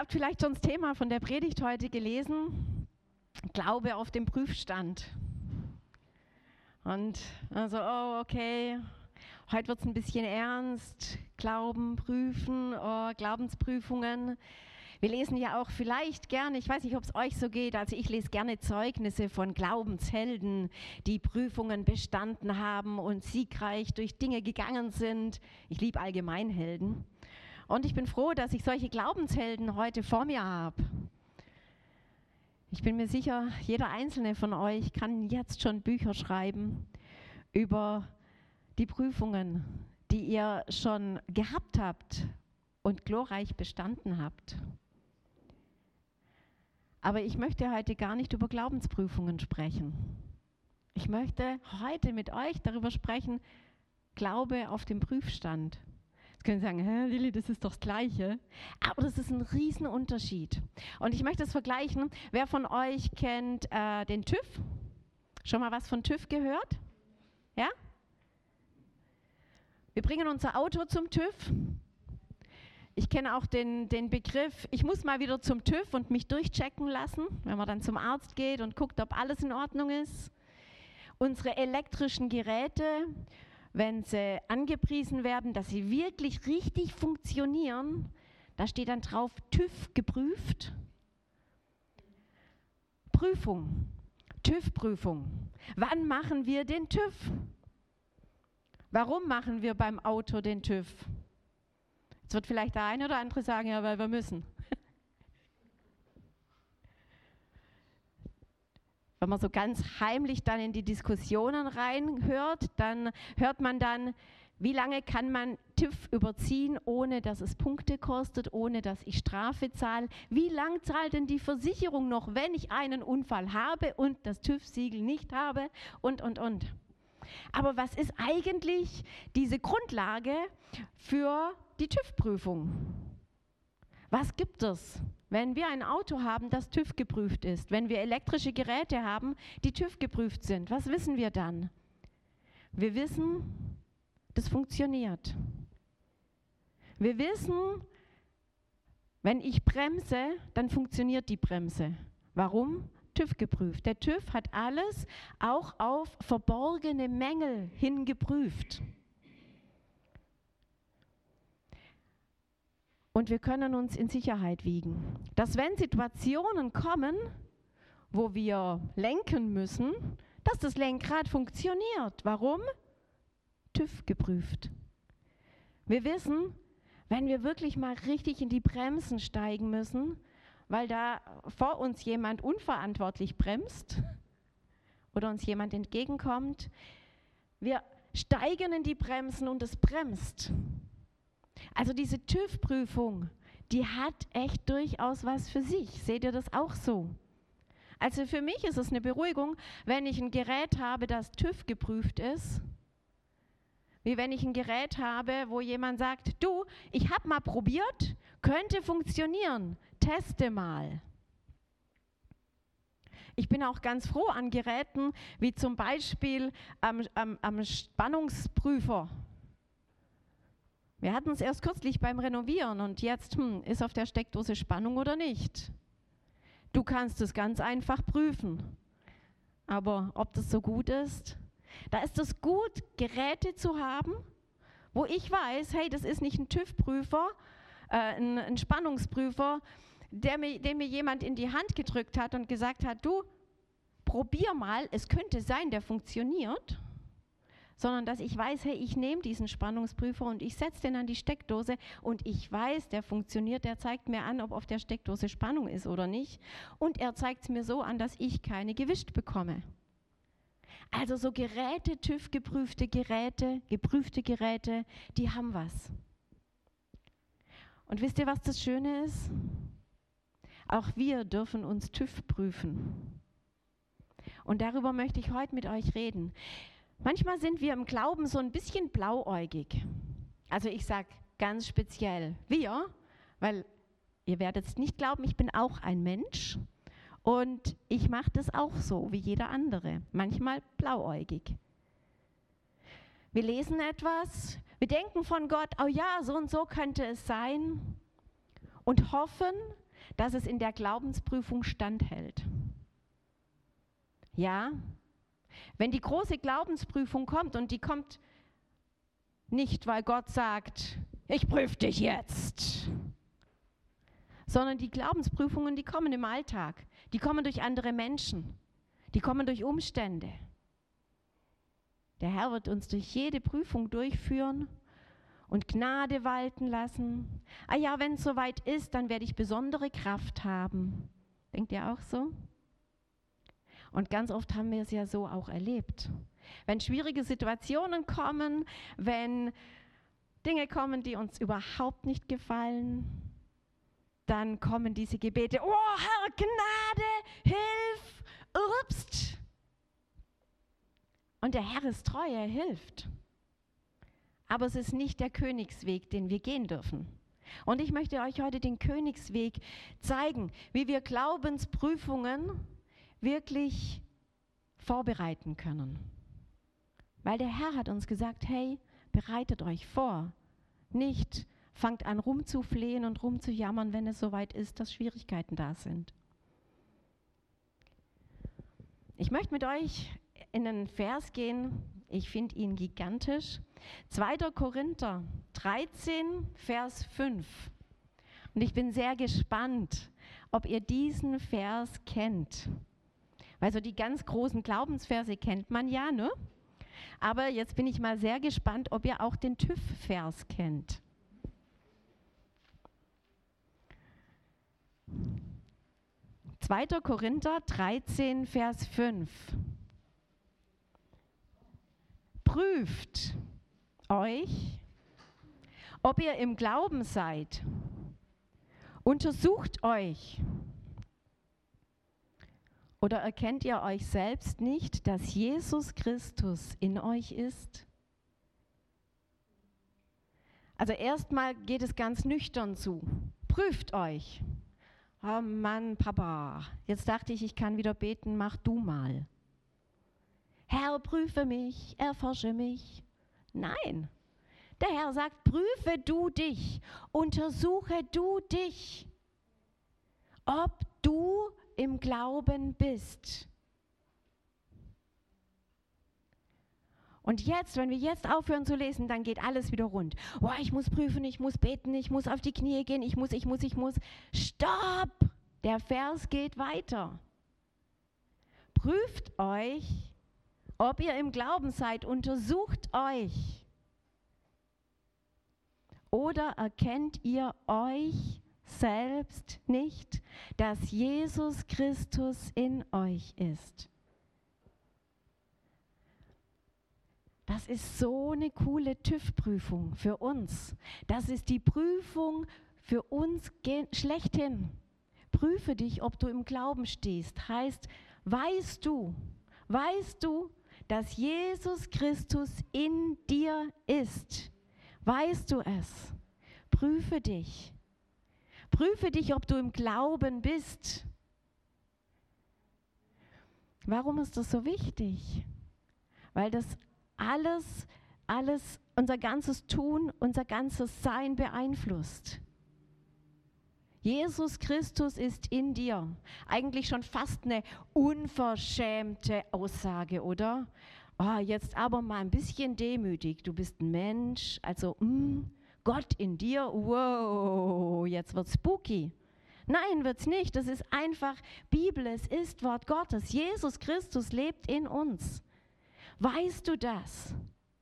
Ihr habt vielleicht schon das Thema von der Predigt heute gelesen. Glaube auf dem Prüfstand. Und also, oh, okay, heute wird es ein bisschen ernst. Glauben, prüfen, oh, Glaubensprüfungen. Wir lesen ja auch vielleicht gerne, ich weiß nicht, ob es euch so geht, also ich lese gerne Zeugnisse von Glaubenshelden, die Prüfungen bestanden haben und siegreich durch Dinge gegangen sind. Ich liebe allgemein Helden. Und ich bin froh, dass ich solche Glaubenshelden heute vor mir habe. Ich bin mir sicher, jeder einzelne von euch kann jetzt schon Bücher schreiben über die Prüfungen, die ihr schon gehabt habt und glorreich bestanden habt. Aber ich möchte heute gar nicht über Glaubensprüfungen sprechen. Ich möchte heute mit euch darüber sprechen, Glaube auf dem Prüfstand. Jetzt können Sie sagen, hä, Lilly, das ist doch das Gleiche. Aber das ist ein Riesenunterschied. Und ich möchte es vergleichen. Wer von euch kennt den TÜV? Schon mal was von TÜV gehört? Ja? Wir bringen unser Auto zum TÜV. Ich kenne auch den Begriff, ich muss mal wieder zum TÜV und mich durchchecken lassen, wenn man dann zum Arzt geht und guckt, ob alles in Ordnung ist. Unsere elektrischen Geräte, wenn sie angepriesen werden, dass sie wirklich richtig funktionieren, da steht dann drauf TÜV geprüft. Prüfung, TÜV-Prüfung. Wann machen wir den TÜV? Warum machen wir beim Auto den TÜV? Jetzt wird vielleicht der eine oder andere sagen, ja, weil wir müssen. Wenn man so ganz heimlich dann in die Diskussionen reinhört, dann hört man dann, wie lange kann man TÜV überziehen, ohne dass es Punkte kostet, ohne dass ich Strafe zahle? Wie lang zahlt denn die Versicherung noch, wenn ich einen Unfall habe und das TÜV-Siegel nicht habe? Und. Aber was ist eigentlich diese Grundlage für die TÜV-Prüfung? Was gibt es, wenn wir ein Auto haben, das TÜV geprüft ist? Wenn wir elektrische Geräte haben, die TÜV geprüft sind, was wissen wir dann? Wir wissen, das funktioniert. Wir wissen, wenn ich bremse, dann funktioniert die Bremse. Warum? TÜV geprüft. Der TÜV hat alles auch auf verborgene Mängel hin geprüft. Und wir können uns in Sicherheit wiegen, dass wenn Situationen kommen, wo wir lenken müssen, dass das Lenkrad funktioniert. Warum? TÜV geprüft. Wir wissen, wenn wir wirklich mal richtig in die Bremsen steigen müssen, weil da vor uns jemand unverantwortlich bremst oder uns jemand entgegenkommt, wir steigen in die Bremsen und es bremst. Also diese TÜV-Prüfung, die hat echt durchaus was für sich. Seht ihr das auch so? Also für mich ist es eine Beruhigung, wenn ich ein Gerät habe, das TÜV geprüft ist, wie wenn ich ein Gerät habe, wo jemand sagt, du, ich habe mal probiert, könnte funktionieren, teste mal. Ich bin auch ganz froh an Geräten, wie zum Beispiel am Spannungsprüfer. Wir hatten es erst kürzlich beim Renovieren und jetzt, ist auf der Steckdose Spannung oder nicht? Du kannst es ganz einfach prüfen. Aber ob das so gut ist? Da ist es gut, Geräte zu haben, wo ich weiß, hey, das ist nicht ein TÜV-Prüfer, ein Spannungsprüfer, dem mir jemand in die Hand gedrückt hat und gesagt hat, du, probier mal, es könnte sein, der funktioniert. Sondern dass ich weiß, hey, ich nehme diesen Spannungsprüfer und ich setze den an die Steckdose und ich weiß, der funktioniert, der zeigt mir an, ob auf der Steckdose Spannung ist oder nicht. Und er zeigt es mir so an, dass ich keine gewischt bekomme. Also so Geräte, TÜV-geprüfte Geräte, geprüfte Geräte, die haben was. Und wisst ihr, was das Schöne ist? Auch wir dürfen uns TÜV prüfen. Und darüber möchte ich heute mit euch reden. Manchmal sind wir im Glauben so ein bisschen blauäugig. Also ich sage ganz speziell wir, weil ihr werdet es nicht glauben, ich bin auch ein Mensch und ich mache das auch so wie jeder andere, manchmal blauäugig. Wir lesen etwas, wir denken von Gott, oh ja, so und so könnte es sein und hoffen, dass es in der Glaubensprüfung standhält. Ja, wenn die große Glaubensprüfung kommt und die kommt nicht, weil Gott sagt, ich prüfe dich jetzt, sondern die Glaubensprüfungen, die kommen im Alltag, die kommen durch andere Menschen, die kommen durch Umstände. Der Herr wird uns durch jede Prüfung durchführen und Gnade walten lassen. Ah ja, wenn es soweit ist, dann werde ich besondere Kraft haben. Denkt ihr auch so? Und ganz oft haben wir es ja so auch erlebt. Wenn schwierige Situationen kommen, wenn Dinge kommen, die uns überhaupt nicht gefallen, dann kommen diese Gebete, oh Herr, Gnade, hilf, ups. Und der Herr ist treu, er hilft. Aber es ist nicht der Königsweg, den wir gehen dürfen. Und ich möchte euch heute den Königsweg zeigen, wie wir Glaubensprüfungen wirklich vorbereiten können. Weil der Herr hat uns gesagt, hey, bereitet euch vor. Nicht fangt an rumzuflehen und rumzujammern, wenn es soweit ist, dass Schwierigkeiten da sind. Ich möchte mit euch in einen Vers gehen, ich finde ihn gigantisch. 2. Korinther 13, Vers 5. Und ich bin sehr gespannt, ob ihr diesen Vers kennt. Weil so die ganz großen Glaubensverse kennt man ja, ne? Aber jetzt bin ich mal sehr gespannt, ob ihr auch den TÜV-Vers kennt. Zweiter Korinther 13, Vers 5. Prüft euch, ob ihr im Glauben seid. Untersucht euch. Oder erkennt ihr euch selbst nicht, dass Jesus Christus in euch ist? Also erstmal geht es ganz nüchtern zu. Prüft euch. Oh Mann, Papa, jetzt dachte ich kann wieder beten, mach du mal. Herr, prüfe mich, erforsche mich. Nein, der Herr sagt, prüfe du dich, untersuche du dich, ob du im Glauben bist. Und jetzt, wenn wir jetzt aufhören zu lesen, dann geht alles wieder rund. Oh, ich muss prüfen, ich muss beten, ich muss auf die Knie gehen, ich muss. Stopp! Der Vers geht weiter. Prüft euch, ob ihr im Glauben seid, untersucht euch. Oder erkennt ihr euch selbst nicht, dass Jesus Christus in euch ist? Das ist so eine coole TÜV-Prüfung für uns. Das ist die Prüfung für uns schlechthin. Prüfe dich, ob du im Glauben stehst. Heißt, weißt du, dass Jesus Christus in dir ist? Weißt du es? Prüfe dich. Prüfe dich, ob du im Glauben bist. Warum ist das so wichtig? Weil das alles, unser ganzes Tun, unser ganzes Sein beeinflusst. Jesus Christus ist in dir. Eigentlich schon fast eine unverschämte Aussage, oder? Oh, jetzt aber mal ein bisschen demütig. Du bist ein Mensch, also Gott in dir, wow, jetzt wird's spooky. Nein, wird's nicht. Das ist einfach Bibel, es ist Wort Gottes. Jesus Christus lebt in uns. Weißt du das?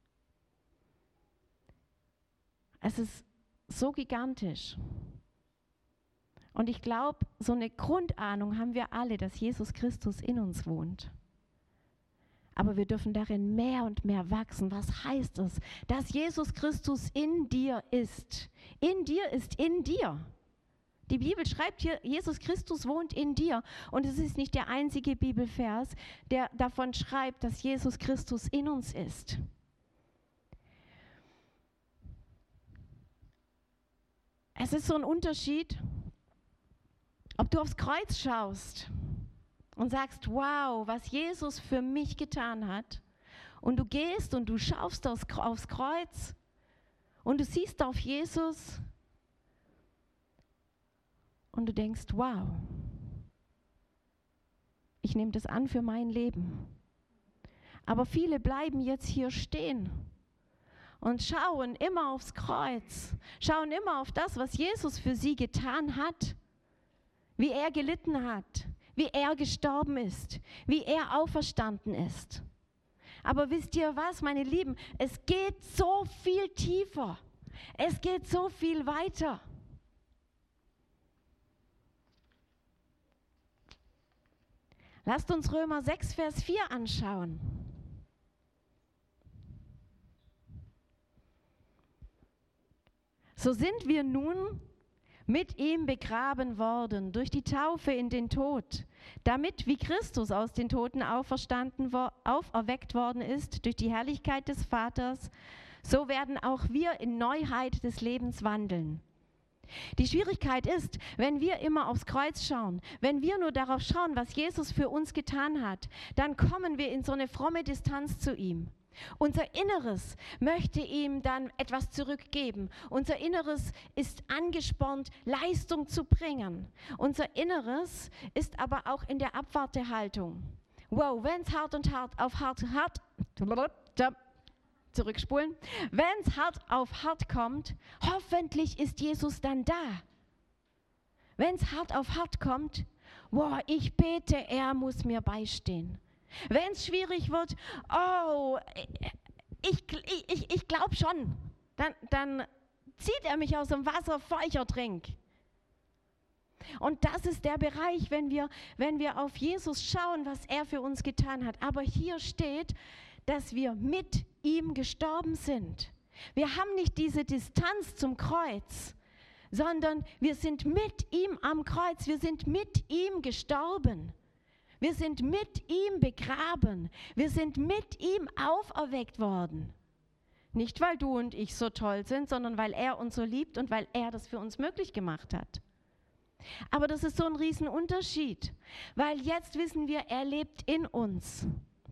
Es ist so gigantisch. Und ich glaube, so eine Grundahnung haben wir alle, dass Jesus Christus in uns wohnt. Aber wir dürfen darin mehr und mehr wachsen. Was heißt es? Dass Jesus Christus in dir ist. In dir ist in dir. Die Bibel schreibt hier, Jesus Christus wohnt in dir. Und es ist nicht der einzige Bibelvers, der davon schreibt, dass Jesus Christus in uns ist. Es ist so ein Unterschied, ob du aufs Kreuz schaust und sagst, wow, was Jesus für mich getan hat. Und du gehst und du schaust aufs Kreuz und du siehst auf Jesus und du denkst, wow, ich nehme das an für mein Leben. Aber viele bleiben jetzt hier stehen und schauen immer aufs Kreuz, schauen immer auf das, was Jesus für sie getan hat, wie er gelitten hat, wie er gestorben ist, wie er auferstanden ist. Aber wisst ihr was, meine Lieben, es geht so viel tiefer, es geht so viel weiter. Lasst uns Römer 6, Vers 4 anschauen. So sind wir nun mit ihm begraben worden durch die Taufe in den Tod, damit, wie Christus aus den Toten auferweckt worden ist durch die Herrlichkeit des Vaters, so werden auch wir in Neuheit des Lebens wandeln. Die Schwierigkeit ist, wenn wir immer aufs Kreuz schauen, wenn wir nur darauf schauen, was Jesus für uns getan hat, dann kommen wir in so eine fromme Distanz zu ihm. Unser Inneres möchte ihm dann etwas zurückgeben. Unser Inneres ist angespornt, Leistung zu bringen. Unser Inneres ist aber auch in der Abwartehaltung. Wow, wenn es hart zurückspulen. Wenn es hart auf hart kommt, hoffentlich ist Jesus dann da. Wenn es hart auf hart kommt, wow, ich bete, er muss mir beistehen. Wenn es schwierig wird, oh, ich glaube schon, dann zieht er mich aus dem Wasser, feuchter Trink. Und das ist der Bereich, wenn wir auf Jesus schauen, was er für uns getan hat. Aber hier steht, dass wir mit ihm gestorben sind. Wir haben nicht diese Distanz zum Kreuz, sondern wir sind mit ihm am Kreuz, wir sind mit ihm gestorben. Wir sind mit ihm begraben. Wir sind mit ihm auferweckt worden. Nicht, weil du und ich so toll sind, sondern weil er uns so liebt und weil er das für uns möglich gemacht hat. Aber das ist so ein Riesenunterschied, weil jetzt wissen wir, er lebt in uns.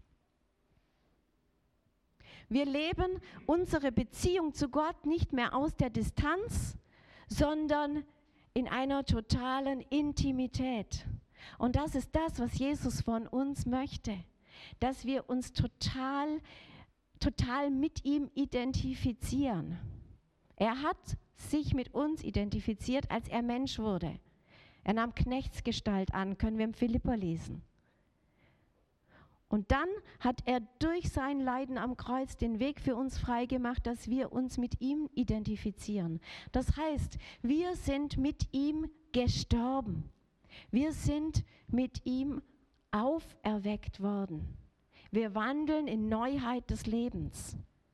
Wir leben unsere Beziehung zu Gott nicht mehr aus der Distanz, sondern in einer totalen Intimität. Und das ist das, was Jesus von uns möchte, dass wir uns total mit ihm identifizieren. Er hat sich mit uns identifiziert, als er Mensch wurde. Er nahm Knechtsgestalt an, können wir im Philipper lesen. Und dann hat er durch sein Leiden am Kreuz den Weg für uns freigemacht, dass wir uns mit ihm identifizieren. Das heißt, wir sind mit ihm gestorben. Wir sind mit ihm auferweckt worden. Wir wandeln in Neuheit des Lebens.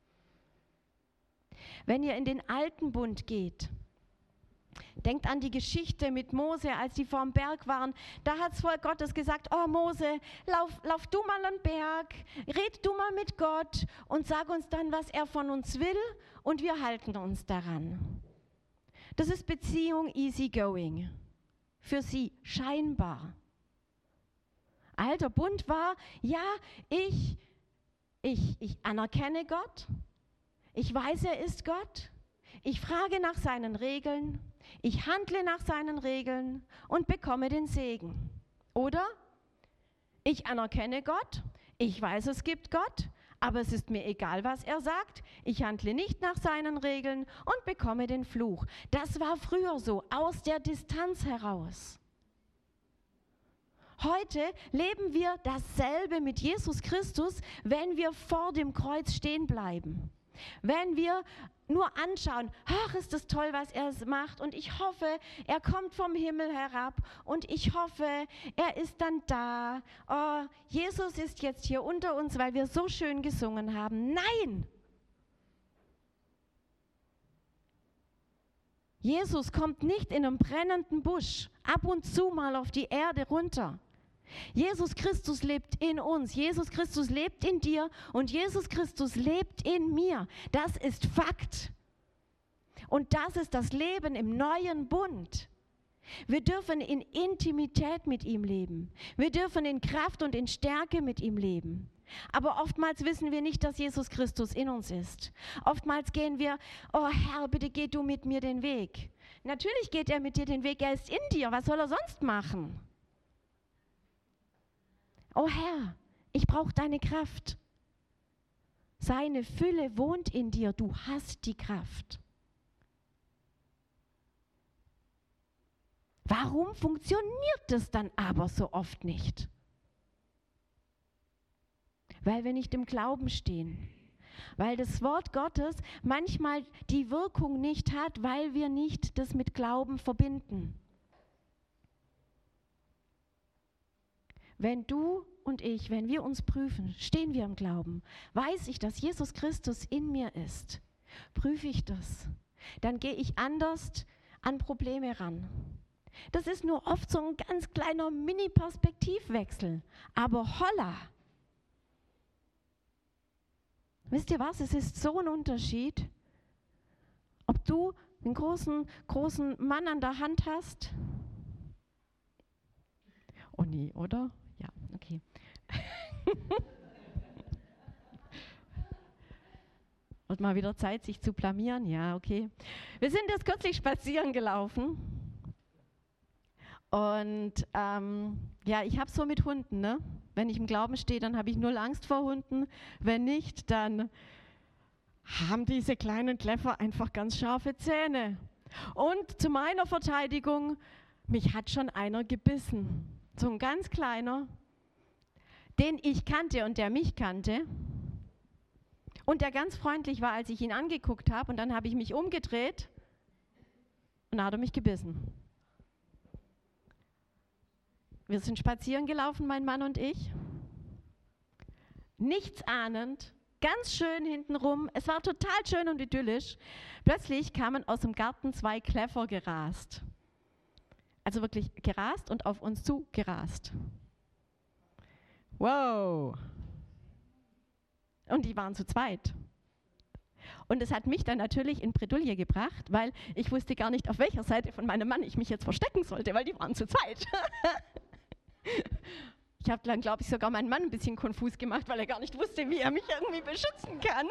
Wenn ihr in den alten Bund geht, denkt an die Geschichte mit Mose, als die vorm Berg waren. Da hat das Volk Gottes gesagt, oh Mose, lauf du mal an den Berg, red du mal mit Gott und sag uns dann, was er von uns will und wir halten uns daran. Das ist Beziehung easy going. Für sie scheinbar. Alter Bund war, ja, ich anerkenne Gott, ich weiß, er ist Gott, ich frage nach seinen Regeln, ich handle nach seinen Regeln und bekomme den Segen. Oder ich anerkenne Gott, ich weiß, es gibt Gott, aber es ist mir egal, was er sagt, ich handle nicht nach seinen Regeln und bekomme den Fluch. Das war früher so, aus der Distanz heraus. Heute leben wir dasselbe mit Jesus Christus, wenn wir vor dem Kreuz stehen bleiben. Wenn wir nur anschauen, ach, ist das toll, was er macht und ich hoffe, er kommt vom Himmel herab und ich hoffe, er ist dann da. Oh, Jesus ist jetzt hier unter uns, weil wir so schön gesungen haben. Nein! Jesus kommt nicht in einem brennenden Busch ab und zu mal auf die Erde runter. Jesus Christus lebt in uns, Jesus Christus lebt in dir und Jesus Christus lebt in mir. Das ist Fakt. Und das ist das Leben im neuen Bund. Wir dürfen in Intimität mit ihm leben. Wir dürfen in Kraft und in Stärke mit ihm leben. Aber oftmals wissen wir nicht, dass Jesus Christus in uns ist. Oftmals gehen wir, oh Herr, bitte geh du mit mir den Weg. Natürlich geht er mit dir den Weg, er ist in dir. Was soll er sonst machen? Oh Herr, ich brauche deine Kraft. Seine Fülle wohnt in dir, du hast die Kraft. Warum funktioniert das dann aber so oft nicht? Weil wir nicht im Glauben stehen. Weil das Wort Gottes manchmal die Wirkung nicht hat, weil wir nicht das mit Glauben verbinden. Wenn du und ich, wenn wir uns prüfen, stehen wir im Glauben, weiß ich, dass Jesus Christus in mir ist, prüfe ich das, dann gehe ich anders an Probleme ran. Das ist nur oft so ein ganz kleiner Mini-Perspektivwechsel, aber holla! Wisst ihr was, es ist so ein Unterschied, ob du einen großen Mann an der Hand hast. Oh nee, oder? Ja, okay. Wird mal wieder Zeit, sich zu blamieren? Ja, okay. Wir sind jetzt kürzlich spazieren gelaufen. Und ja, ich habe so mit Hunden, ne? Wenn ich im Glauben stehe, dann habe ich null Angst vor Hunden. Wenn nicht, dann haben diese kleinen Kläffer einfach ganz scharfe Zähne. Und zu meiner Verteidigung, mich hat schon einer gebissen. So ein ganz kleiner, den ich kannte und der mich kannte. Und der ganz freundlich war, als ich ihn angeguckt habe. Und dann habe ich mich umgedreht und dann hat er mich gebissen. Wir sind spazieren gelaufen, mein Mann und ich. Nichts ahnend, ganz schön hintenrum. Es war total schön und idyllisch. Plötzlich kamen aus dem Garten 2 Kläffer gerast. Also wirklich gerast und auf uns zu gerast. Wow! Und die waren zu zweit. Und es hat mich dann natürlich in Bredouille gebracht, weil ich wusste gar nicht, auf welcher Seite von meinem Mann ich mich jetzt verstecken sollte, weil die waren zu zweit. Ich habe dann, glaube ich, sogar meinen Mann ein bisschen konfus gemacht, weil er gar nicht wusste, wie er mich irgendwie beschützen kann.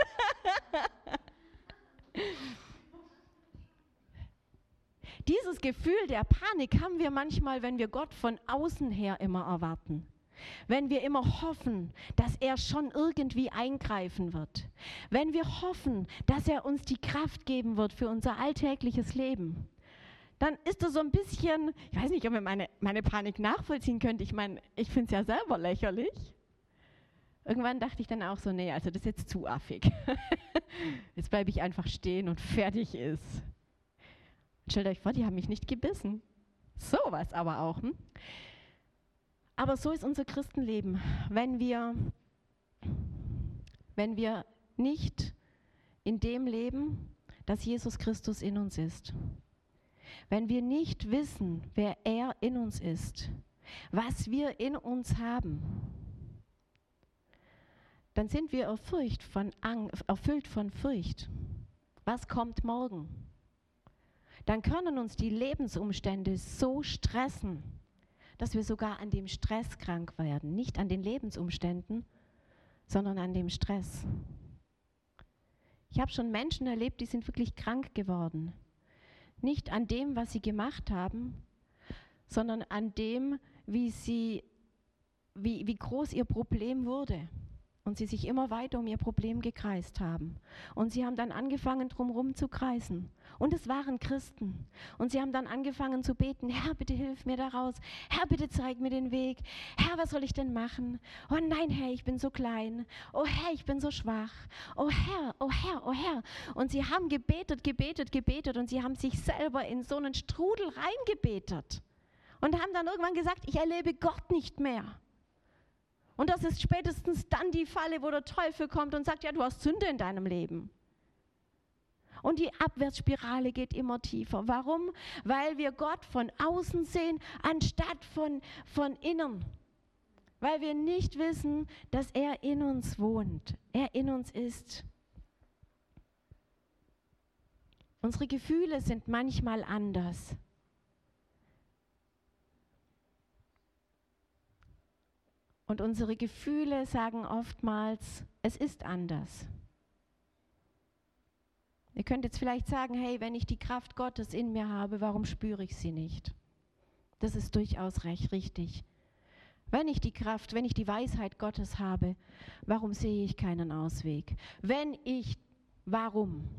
Dieses Gefühl der Panik haben wir manchmal, wenn wir Gott von außen her immer erwarten. Wenn wir immer hoffen, dass er schon irgendwie eingreifen wird. Wenn wir hoffen, dass er uns die Kraft geben wird für unser alltägliches Leben. Dann ist das so ein bisschen, ich weiß nicht, ob ihr meine Panik nachvollziehen könnt. Ich meine, ich finde es ja selber lächerlich. Irgendwann dachte ich dann auch so, nee, also das ist jetzt zu affig. Jetzt bleibe ich einfach stehen und fertig ist. Stellt euch vor, die haben mich nicht gebissen. Sowas aber auch. Aber so ist unser Christenleben. Wenn wir nicht in dem leben, dass Jesus Christus in uns ist. Wenn wir nicht wissen, wer er in uns ist, was wir in uns haben, dann sind wir erfüllt von Furcht. Was kommt morgen? Dann können uns die Lebensumstände so stressen, dass wir sogar an dem Stress krank werden. Nicht an den Lebensumständen, sondern an dem Stress. Ich habe schon Menschen erlebt, die sind wirklich krank geworden. Nicht an dem, was sie gemacht haben, sondern an dem, wie groß ihr Problem wurde. Und sie sich immer weiter um ihr Problem gekreist haben. Und sie haben dann angefangen, drumherum zu kreisen. Und es waren Christen. Und sie haben dann angefangen zu beten, Herr, bitte hilf mir da raus. Herr, bitte zeig mir den Weg. Herr, was soll ich denn machen? Oh nein, Herr, ich bin so klein. Oh Herr, ich bin so schwach. Oh Herr, oh Herr, oh Herr. Und sie haben gebetet, gebetet, gebetet. Und sie haben sich selber in so einen Strudel reingebetet. Und haben dann irgendwann gesagt, ich erlebe Gott nicht mehr. Und das ist spätestens dann die Falle, wo der Teufel kommt und sagt, ja, du hast Sünde in deinem Leben. Und die Abwärtsspirale geht immer tiefer. Warum? Weil wir Gott von außen sehen, anstatt von innen. Weil wir nicht wissen, dass er in uns wohnt, er in uns ist. Unsere Gefühle sind manchmal anders. Und unsere Gefühle sagen oftmals, es ist anders. Ihr könnt jetzt vielleicht sagen, hey, wenn ich die Kraft Gottes in mir habe, warum spüre ich sie nicht? Das ist durchaus recht richtig. Wenn ich die Kraft, wenn ich die Weisheit Gottes habe, warum sehe ich keinen Ausweg? Warum?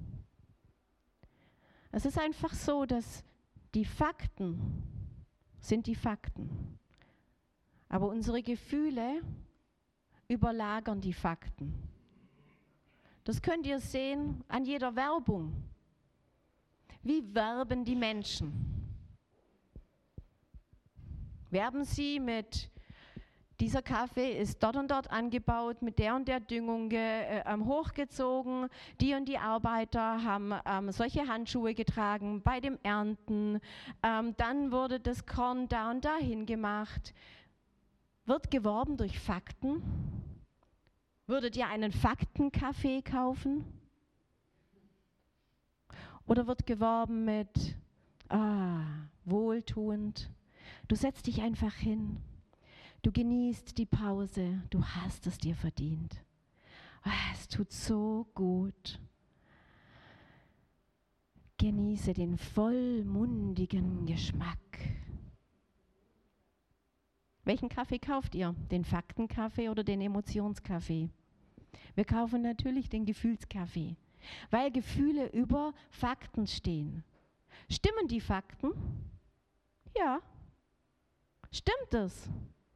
Es ist einfach so, dass die Fakten sind die Fakten. Aber unsere Gefühle überlagern die Fakten. Das könnt ihr sehen an jeder Werbung. Wie werben die Menschen? Werben sie mit, dieser Kaffee ist dort und dort angebaut, mit der und der Düngung hochgezogen, die und die Arbeiter haben solche Handschuhe getragen bei dem Ernten, dann wurde das Korn da und dahin gemacht. Wird geworben durch Fakten? Würdet ihr einen Faktenkaffee kaufen? Oder wird geworben mit, wohltuend? Du setzt dich einfach hin. Du genießt die Pause. Du hast es dir verdient. Es tut so gut. Genieße den vollmundigen Geschmack. Welchen Kaffee kauft ihr? Den Faktenkaffee oder den Emotionskaffee? Wir kaufen natürlich den Gefühlskaffee, weil Gefühle über Fakten stehen. Stimmen die Fakten? Ja. Stimmt es?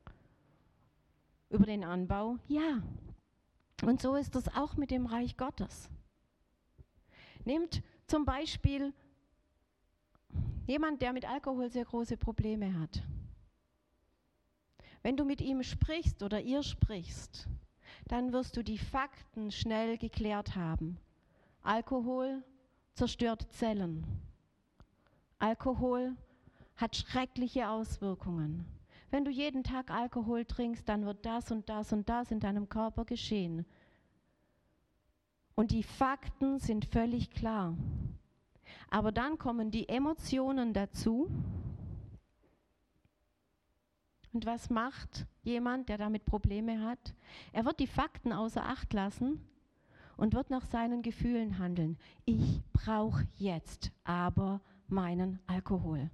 Über den Anbau? Ja. Und so ist es auch mit dem Reich Gottes. Nehmt zum Beispiel jemand, der mit Alkohol sehr große Probleme hat. Wenn du mit ihm sprichst oder ihr sprichst, dann wirst du die Fakten schnell geklärt haben. Alkohol zerstört Zellen. Alkohol hat schreckliche Auswirkungen. Wenn du jeden Tag Alkohol trinkst, dann wird das und das und das in deinem Körper geschehen. Und die Fakten sind völlig klar. Aber dann kommen die Emotionen dazu. Und was macht jemand, der damit Probleme hat? Er wird die Fakten außer Acht lassen und wird nach seinen Gefühlen handeln. Ich brauche jetzt aber meinen Alkohol.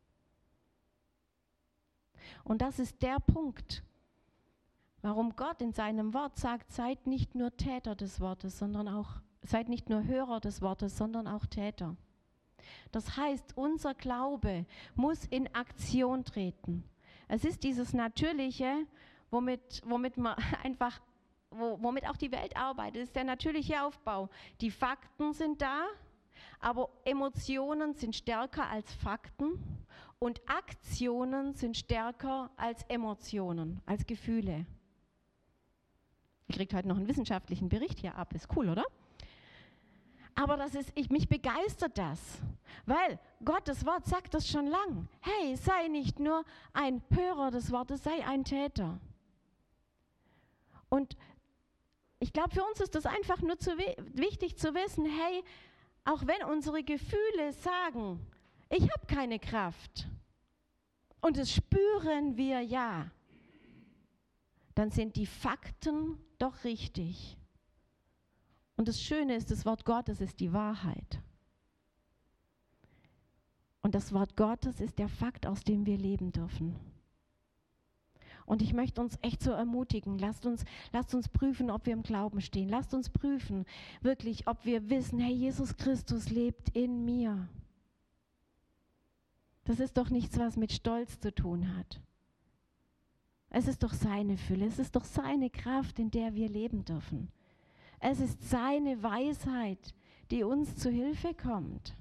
Und das ist der Punkt, warum Gott in seinem Wort sagt, seid nicht nur Täter des Wortes, seid nicht nur Hörer des Wortes, sondern auch Täter. Das heißt, unser Glaube muss in Aktion treten. Es ist dieses Natürliche, womit auch die Welt arbeitet. Es ist der natürliche Aufbau. Die Fakten sind da, aber Emotionen sind stärker als Fakten und Aktionen sind stärker als Emotionen, als Gefühle. Ihr kriegt heute noch einen wissenschaftlichen Bericht hier ab. Ist cool, oder? Aber mich begeistert das, weil Gottes Wort sagt das schon lang. Hey, sei nicht nur ein Hörer des Wortes, sei ein Täter. Und ich glaube, für uns ist das einfach nur wichtig zu wissen, hey, auch wenn unsere Gefühle sagen, ich habe keine Kraft, und das spüren wir ja, dann sind die Fakten doch richtig. Und das Schöne ist, das Wort Gottes ist die Wahrheit. Und das Wort Gottes ist der Fakt, aus dem wir leben dürfen. Und ich möchte uns echt so ermutigen, lasst uns prüfen, ob wir im Glauben stehen. Lasst uns prüfen, wirklich, ob wir wissen, hey, Jesus Christus lebt in mir. Das ist doch nichts, was mit Stolz zu tun hat. Es ist doch seine Fülle, es ist doch seine Kraft, in der wir leben dürfen. Es ist seine Weisheit, die uns zu Hilfe kommt.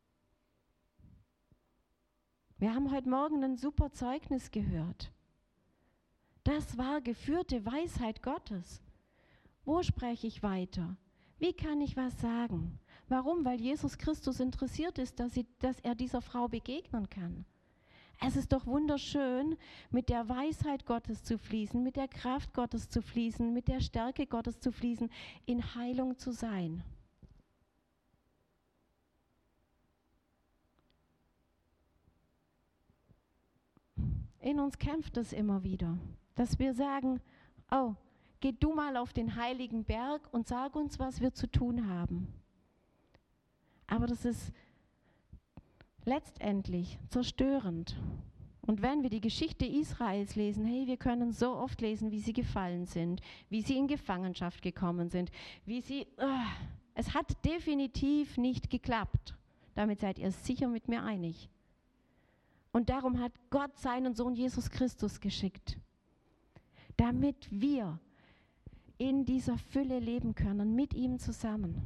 Wir haben heute Morgen ein super Zeugnis gehört. Das war geführte Weisheit Gottes. Wo spreche ich weiter? Wie kann ich was sagen? Warum? Weil Jesus Christus interessiert ist, dass er dieser Frau begegnen kann. Es ist doch wunderschön, mit der Weisheit Gottes zu fließen, mit der Kraft Gottes zu fließen, mit der Stärke Gottes zu fließen, in Heilung zu sein. In uns kämpft es immer wieder, dass wir sagen, oh, geh du mal auf den heiligen Berg und sag uns, was wir zu tun haben. Aber das ist letztendlich zerstörend. Und wenn wir die Geschichte Israels lesen, hey, wir können so oft lesen, wie sie gefallen sind, wie sie in Gefangenschaft gekommen sind, es hat definitiv nicht geklappt. Damit seid ihr sicher mit mir einig. Und darum hat Gott seinen Sohn Jesus Christus geschickt, damit wir in dieser Fülle leben können, mit ihm zusammen.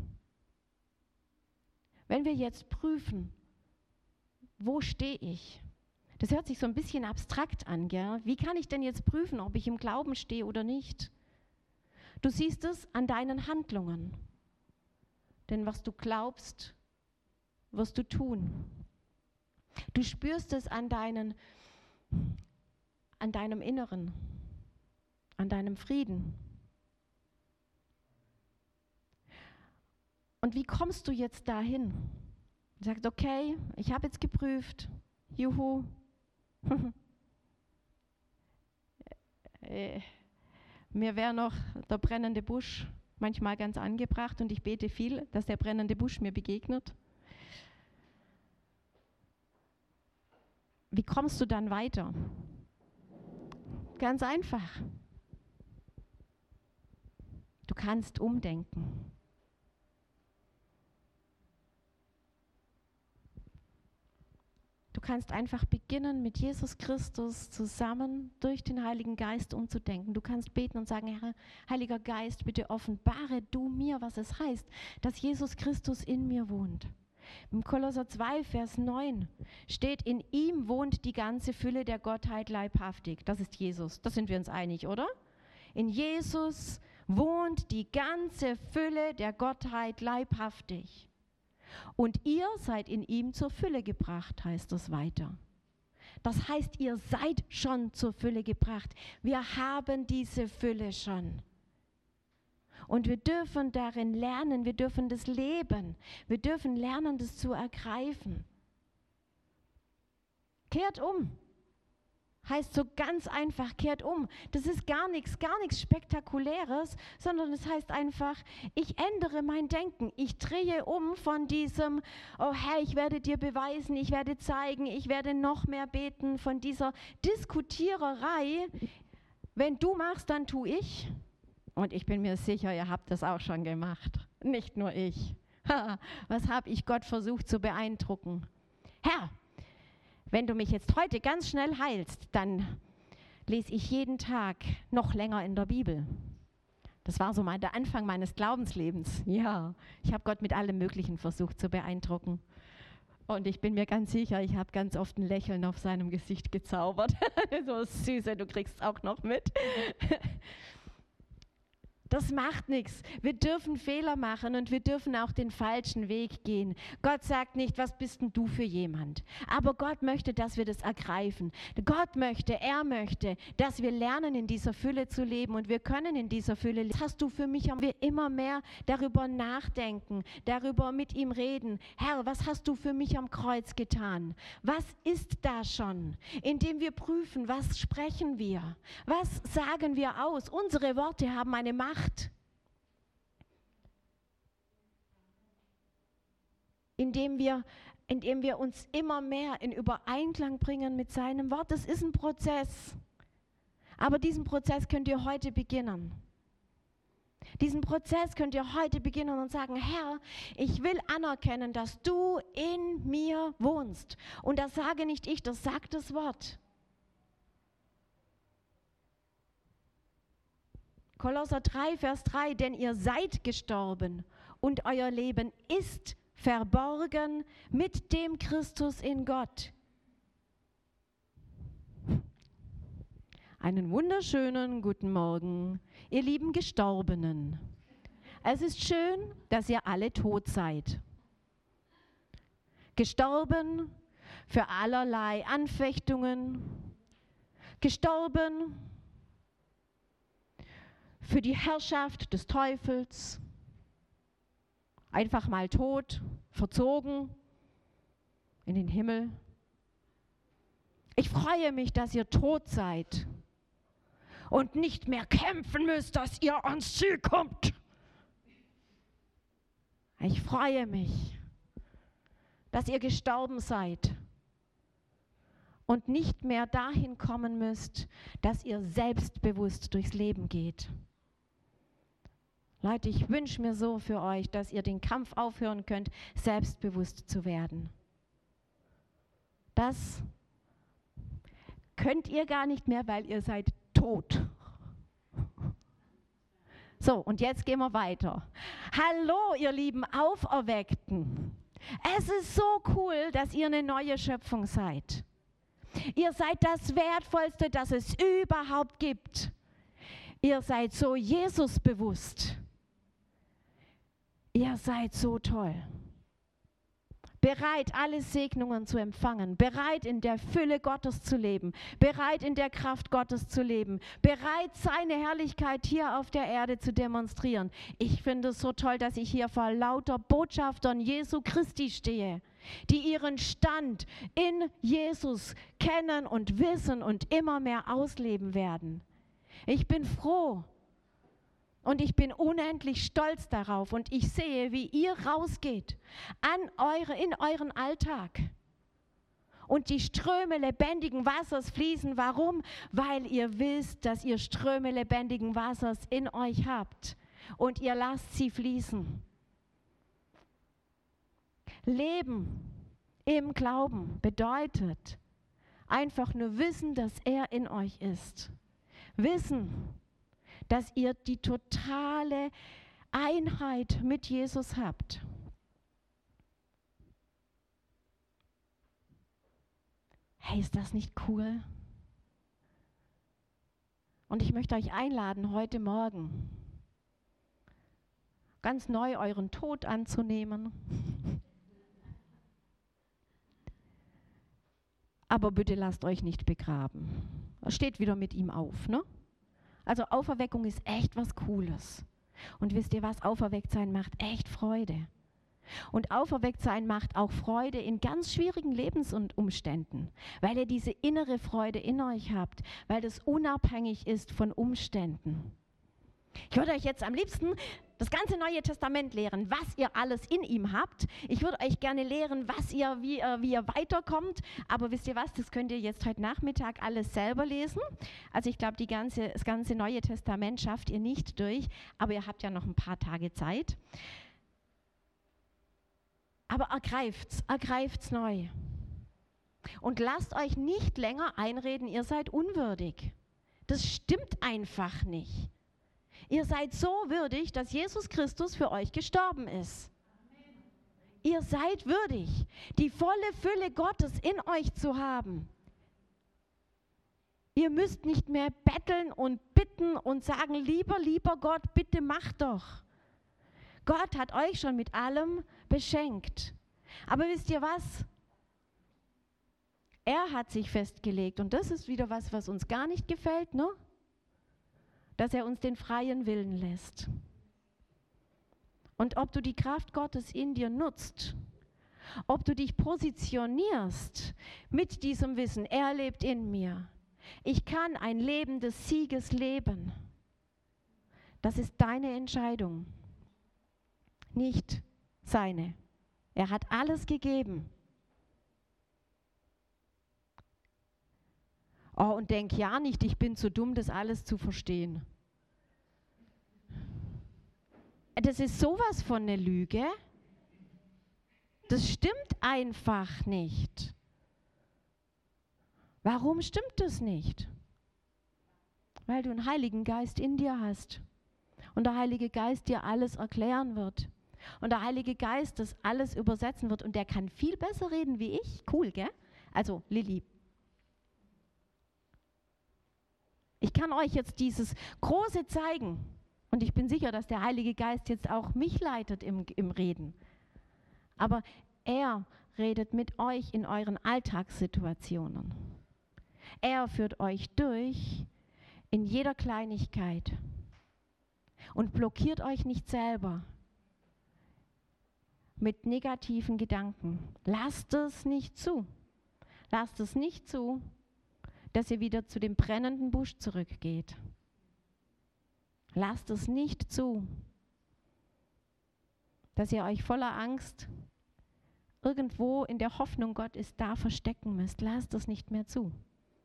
Wenn wir jetzt prüfen, wo stehe ich? Das hört sich so ein bisschen abstrakt an, gell? Wie kann ich denn jetzt prüfen, ob ich im Glauben stehe oder nicht? Du siehst es an deinen Handlungen. Denn was du glaubst, wirst du tun. Du spürst es an deinem Inneren, an deinem Frieden. Und wie kommst du jetzt dahin? Du sagst, okay, ich habe jetzt geprüft, juhu. Mir wäre noch der brennende Busch manchmal ganz angebracht und ich bete viel, dass der brennende Busch mir begegnet. Wie kommst du dann weiter? Ganz einfach. Du kannst umdenken. Du kannst einfach beginnen, mit Jesus Christus zusammen durch den Heiligen Geist umzudenken. Du kannst beten und sagen, Herr, Heiliger Geist, bitte offenbare du mir, was es heißt, dass Jesus Christus in mir wohnt. Im Kolosser 2, Vers 9 steht, in ihm wohnt die ganze Fülle der Gottheit leibhaftig. Das ist Jesus, da sind wir uns einig, oder? In Jesus wohnt die ganze Fülle der Gottheit leibhaftig. Und ihr seid in ihm zur Fülle gebracht, heißt es weiter. Das heißt, ihr seid schon zur Fülle gebracht. Wir haben diese Fülle schon. Und wir dürfen darin lernen, wir dürfen das leben. Wir dürfen lernen, das zu ergreifen. Kehrt um. Heißt so ganz einfach, kehrt um. Das ist gar nichts Spektakuläres, sondern es heißt einfach, ich ändere mein Denken. Ich drehe um von diesem, oh Herr, ich werde dir beweisen, ich werde zeigen, ich werde noch mehr beten, von dieser Diskutiererei. Wenn du machst, dann tue ich. Und ich bin mir sicher, ihr habt das auch schon gemacht. Nicht nur ich. Was habe ich Gott versucht zu beeindrucken? Herr, wenn du mich jetzt heute ganz schnell heilst, dann lese ich jeden Tag noch länger in der Bibel. Das war so mal der Anfang meines Glaubenslebens. Ja, ich habe Gott mit allem Möglichen versucht zu beeindrucken. Und ich bin mir ganz sicher, ich habe ganz oft ein Lächeln auf seinem Gesicht gezaubert. So Süße, du kriegst auch noch mit. Das macht nichts. Wir dürfen Fehler machen und wir dürfen auch den falschen Weg gehen. Gott sagt nicht, was bist denn du für jemand? Aber Gott möchte, dass wir das ergreifen. Er möchte, dass wir lernen, in dieser Fülle zu leben und wir können in dieser Fülle leben. Was hast du für mich? Wir immer mehr darüber nachdenken, darüber mit ihm reden. Herr, was hast du für mich am Kreuz getan? Was ist da schon? Indem wir prüfen, was sprechen wir? Was sagen wir aus? Unsere Worte haben eine Macht. Indem wir uns immer mehr in Übereinklang bringen mit seinem Wort. Das ist ein Prozess. Aber diesen Prozess könnt ihr heute beginnen. Diesen Prozess könnt ihr heute beginnen und sagen, Herr, ich will anerkennen, dass du in mir wohnst. Und das sage nicht ich, das sagt das Wort. Kolosser 3, Vers 3, denn ihr seid gestorben und euer Leben ist verborgen mit dem Christus in Gott. Einen wunderschönen guten Morgen, ihr lieben Gestorbenen. Es ist schön, dass ihr alle tot seid. Gestorben für allerlei Anfechtungen. Gestorben für die Herrschaft des Teufels. Einfach mal tot, verzogen in den Himmel. Ich freue mich, dass ihr tot seid und nicht mehr kämpfen müsst, dass ihr ans Ziel kommt. Ich freue mich, dass ihr gestorben seid und nicht mehr dahin kommen müsst, dass ihr selbstbewusst durchs Leben geht. Leute, ich wünsche mir so für euch, dass ihr den Kampf aufhören könnt, selbstbewusst zu werden. Das könnt ihr gar nicht mehr, weil ihr seid tot. So, und jetzt gehen wir weiter. Hallo, ihr lieben Auferweckten. Es ist so cool, dass ihr eine neue Schöpfung seid. Ihr seid das Wertvollste, das es überhaupt gibt. Ihr seid so Jesus bewusst. Ihr seid so toll. Bereit, alle Segnungen zu empfangen, bereit, in der Fülle Gottes zu leben, bereit, in der Kraft Gottes zu leben, bereit, seine Herrlichkeit hier auf der Erde zu demonstrieren. Ich finde es so toll, dass ich hier vor lauter Botschaftern Jesu Christi stehe, die ihren Stand in Jesus kennen und wissen und immer mehr ausleben werden. Ich bin froh. Und ich bin unendlich stolz darauf und ich sehe, wie ihr rausgeht in euren Alltag. Und die Ströme lebendigen Wassers fließen. Warum? Weil ihr wisst, dass ihr Ströme lebendigen Wassers in euch habt. Und ihr lasst sie fließen. Leben im Glauben bedeutet einfach nur wissen, dass er in euch ist. Wissen, dass ihr die totale Einheit mit Jesus habt. Hey, ist das nicht cool? Und ich möchte euch einladen, heute Morgen ganz neu euren Tod anzunehmen. Aber bitte lasst euch nicht begraben. Steht wieder mit ihm auf, ne? Also Auferweckung ist echt was Cooles. Und wisst ihr was? Auferwecktsein macht echt Freude. Und Auferwecktsein macht auch Freude in ganz schwierigen Lebensumständen, weil ihr diese innere Freude in euch habt, weil das unabhängig ist von Umständen. Ich würde euch jetzt am liebsten das ganze Neue Testament lehren, was ihr alles in ihm habt. Ich würde euch gerne lehren, wie ihr weiterkommt. Aber wisst ihr was, das könnt ihr jetzt heute Nachmittag alles selber lesen. Also ich glaube, das ganze Neue Testament schafft ihr nicht durch. Aber ihr habt ja noch ein paar Tage Zeit. Aber ergreift's neu. Und lasst euch nicht länger einreden, ihr seid unwürdig. Das stimmt einfach nicht. Ihr seid so würdig, dass Jesus Christus für euch gestorben ist. Amen. Ihr seid würdig, die volle Fülle Gottes in euch zu haben. Ihr müsst nicht mehr betteln und bitten und sagen, lieber Gott, bitte mach doch. Gott hat euch schon mit allem beschenkt. Aber wisst ihr was? Er hat sich festgelegt und das ist wieder was uns gar nicht gefällt, ne? Dass er uns den freien Willen lässt. Und ob du die Kraft Gottes in dir nutzt, ob du dich positionierst mit diesem Wissen, er lebt in mir. Ich kann ein Leben des Sieges leben. Das ist deine Entscheidung, nicht seine. Er hat alles gegeben. Oh, und denk ja nicht, ich bin zu dumm, das alles zu verstehen. Das ist sowas von eine Lüge. Das stimmt einfach nicht. Warum stimmt das nicht? Weil du einen Heiligen Geist in dir hast. Und der Heilige Geist dir alles erklären wird. Und der Heilige Geist das alles übersetzen wird. Und der kann viel besser reden wie ich. Cool, gell? Also, Lilly. Ich kann euch jetzt dieses Große zeigen. Und ich bin sicher, dass der Heilige Geist jetzt auch mich leitet im Reden. Aber er redet mit euch in euren Alltagssituationen. Er führt euch durch in jeder Kleinigkeit und blockiert euch nicht selber mit negativen Gedanken. Lasst es nicht zu. Lasst es nicht zu, dass ihr wieder zu dem brennenden Busch zurückgeht. Lasst es nicht zu, dass ihr euch voller Angst irgendwo in der Hoffnung, Gott ist da, verstecken müsst. Lasst das nicht mehr zu.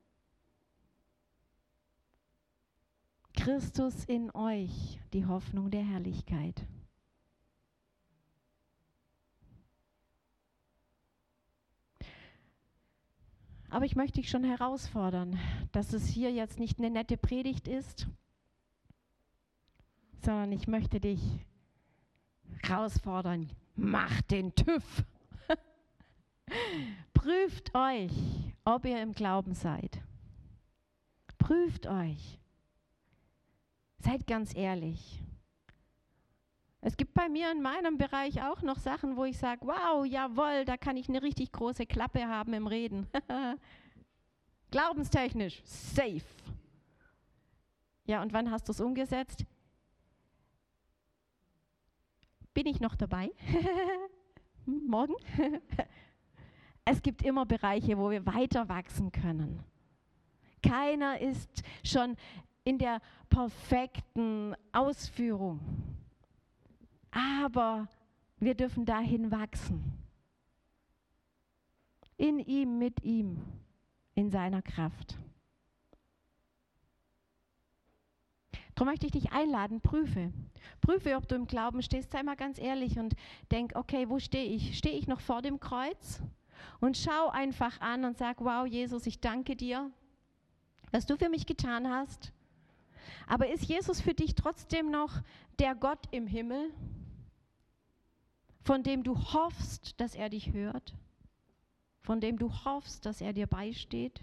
Christus in euch, die Hoffnung der Herrlichkeit. Aber ich möchte dich schon herausfordern, dass es hier jetzt nicht eine nette Predigt ist, sondern ich möchte dich herausfordern, macht den TÜV. Prüft euch, ob ihr im Glauben seid. Prüft euch. Seid ganz ehrlich. Es gibt bei mir in meinem Bereich auch noch Sachen, wo ich sage, wow, jawohl, da kann ich eine richtig große Klappe haben im Reden. Glaubenstechnisch, safe. Ja, und wann hast du es umgesetzt? Bin ich noch dabei? Morgen? Es gibt immer Bereiche, wo wir weiter wachsen können. Keiner ist schon in der perfekten Ausführung. Aber wir dürfen dahin wachsen. In ihm, mit ihm, in seiner Kraft. Darum möchte ich dich einladen, prüfe. Prüfe, ob du im Glauben stehst. Sei mal ganz ehrlich und denk, okay, wo stehe ich? Stehe ich noch vor dem Kreuz? Und schau einfach an und sag, wow, Jesus, ich danke dir, was du für mich getan hast. Aber ist Jesus für dich trotzdem noch der Gott im Himmel, von dem du hoffst, dass er dich hört? Von dem du hoffst, dass er dir beisteht?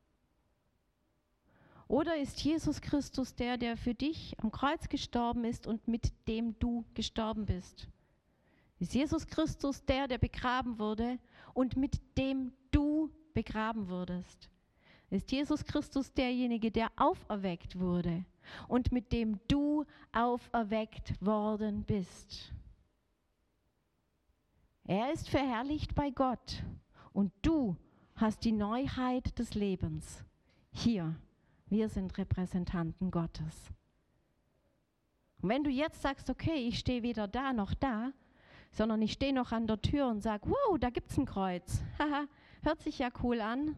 Oder ist Jesus Christus der für dich am Kreuz gestorben ist und mit dem du gestorben bist? Ist Jesus Christus der begraben wurde und mit dem du begraben wurdest? Ist Jesus Christus derjenige, der auferweckt wurde und mit dem du auferweckt worden bist? Er ist verherrlicht bei Gott und du hast die Neuheit des Lebens. Hier, wir sind Repräsentanten Gottes. Und wenn du jetzt sagst, okay, ich stehe weder da noch da, sondern ich stehe noch an der Tür und sage, wow, da gibt's ein Kreuz. Haha, hört sich ja cool an.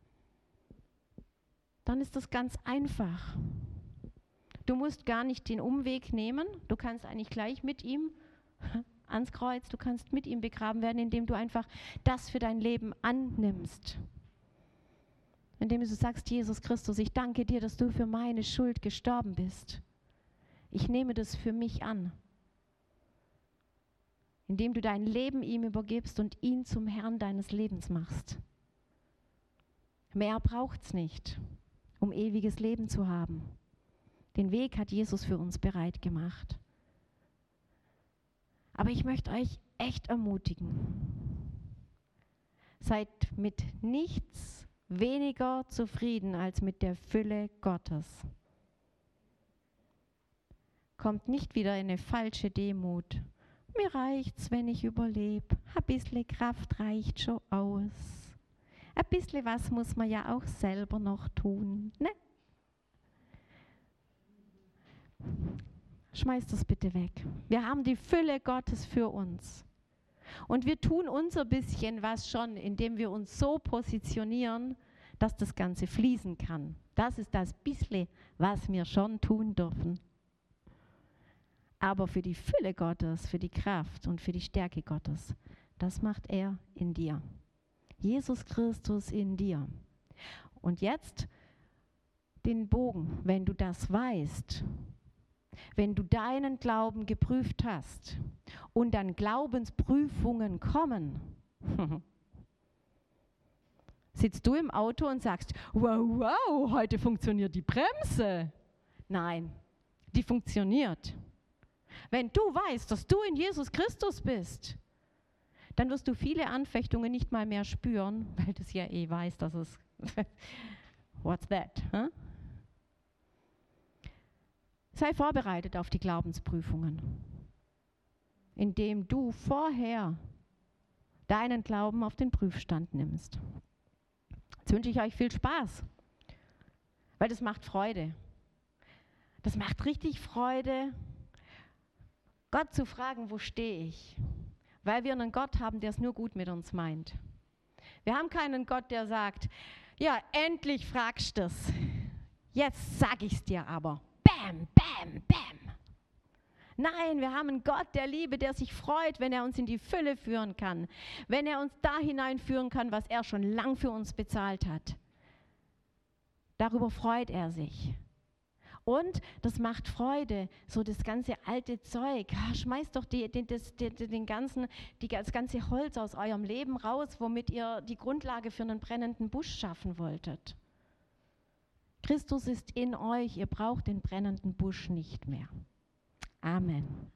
Dann ist das ganz einfach. Du musst gar nicht den Umweg nehmen. Du kannst eigentlich gleich mit ihm ans Kreuz, du kannst mit ihm begraben werden, indem du einfach das für dein Leben annimmst. Indem du sagst, Jesus Christus, ich danke dir, dass du für meine Schuld gestorben bist. Ich nehme das für mich an. Indem du dein Leben ihm übergibst und ihn zum Herrn deines Lebens machst. Mehr braucht's nicht, um ewiges Leben zu haben. Den Weg hat Jesus für uns bereit gemacht. Aber ich möchte euch echt ermutigen. Seid mit nichts weniger zufrieden als mit der Fülle Gottes. Kommt nicht wieder in eine falsche Demut. Mir reicht's, wenn ich überlebe. Ein bisschen Kraft reicht schon aus. Ein bisschen was muss man ja auch selber noch tun, ne? Schmeiß das bitte weg. Wir haben die Fülle Gottes für uns. Und wir tun unser bisschen was schon, indem wir uns so positionieren, dass das Ganze fließen kann. Das ist das bisschen, was wir schon tun dürfen. Aber für die Fülle Gottes, für die Kraft und für die Stärke Gottes, das macht er in dir. Jesus Christus in dir. Und jetzt den Bogen, wenn du das weißt, wenn du deinen Glauben geprüft hast und dann Glaubensprüfungen kommen, sitzt du im Auto und sagst, wow, heute funktioniert die Bremse. Nein, die funktioniert. Wenn du weißt, dass du in Jesus Christus bist, dann wirst du viele Anfechtungen nicht mal mehr spüren, weil du es ja weißt, dass es what's that? Huh? Sei vorbereitet auf die Glaubensprüfungen, indem du vorher deinen Glauben auf den Prüfstand nimmst. Jetzt wünsche ich euch viel Spaß, weil das macht Freude. Das macht richtig Freude, Gott zu fragen, wo stehe ich? weil wir einen Gott haben, der es nur gut mit uns meint. Wir haben keinen Gott, der sagt, ja, endlich fragst du es. Jetzt sag ich's dir aber. Bam, bam, bam. Nein, wir haben einen Gott der Liebe, der sich freut, wenn er uns in die Fülle führen kann. Wenn er uns da hineinführen kann, was er schon lang für uns bezahlt hat. Darüber freut er sich. Und das macht Freude, so das ganze alte Zeug. Schmeißt doch das ganze Holz aus eurem Leben raus, womit ihr die Grundlage für einen brennenden Busch schaffen wolltet. Christus ist in euch, ihr braucht den brennenden Busch nicht mehr. Amen.